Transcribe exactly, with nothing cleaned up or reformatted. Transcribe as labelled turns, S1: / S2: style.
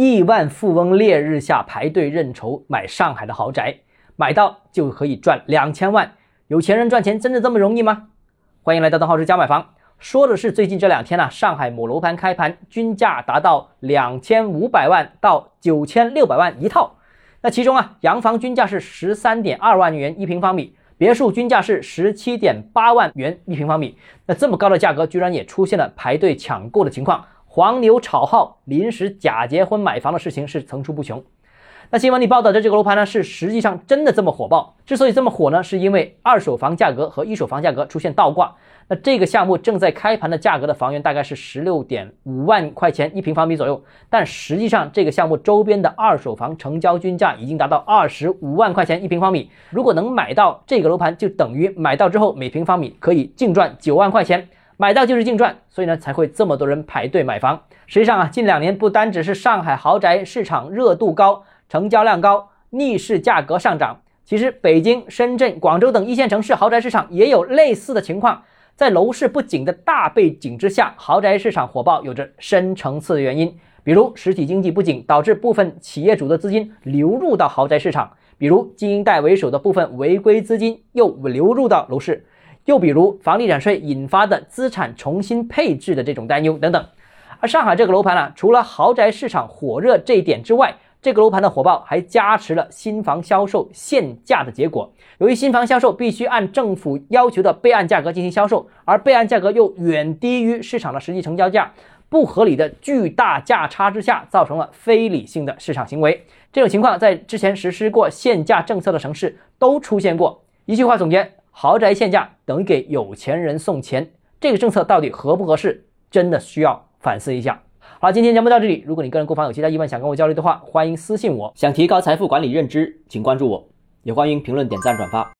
S1: 亿万富翁烈日下排队认筹买上海的豪宅，买到就可以赚两千万。有钱人赚钱真的这么容易吗？欢迎来到邓浩之家买房。说的是最近这两天啊，上海某楼盘开盘均价达到两千五百万到九千六百万一套。那其中啊，洋房均价是 十三点二万元一平方米，别墅均价是 十七点八万元一平方米。那这么高的价格居然也出现了排队抢购的情况，黄牛炒号、临时假结婚买房的事情是层出不穷。那新闻里报道的这个楼盘呢，是实际上真的这么火爆。之所以这么火呢，是因为二手房价格和一手房价格出现倒挂。那这个项目正在开盘的价格的房源大概是 十六点五万块钱一平方米左右，但实际上这个项目周边的二手房成交均价已经达到二十五万块钱一平方米。如果能买到这个楼盘，就等于买到之后每平方米可以净赚九万块钱。买到就是净赚，所以呢才会这么多人排队买房。实际上啊，近两年不单只是上海豪宅市场热度高、成交量高、逆势价格上涨，其实北京、深圳、广州等一线城市豪宅市场也有类似的情况。在楼市不景的大背景之下，豪宅市场火爆有着深层次的原因，比如实体经济不景导致部分企业主的资金流入到豪宅市场，比如经营贷为首的部分违规资金又流入到楼市，又比如房地产税引发的资产重新配置的这种担忧等等。而上海这个楼盘啊，除了豪宅市场火热这一点之外，这个楼盘的火爆还加持了新房销售限价的结果。由于新房销售必须按政府要求的备案价格进行销售，而备案价格又远低于市场的实际成交价，不合理的巨大价差之下，造成了非理性的市场行为。这种情况在之前实施过限价政策的城市都出现过。一句话总结，豪宅限价等于给有钱人送钱，这个政策到底合不合适，真的需要反思一下。好，今天节目到这里。如果你个人购房有其他疑问想跟我交流的话，欢迎私信我。想提高财富管理认知，请关注我，也欢迎评论、点赞、转发。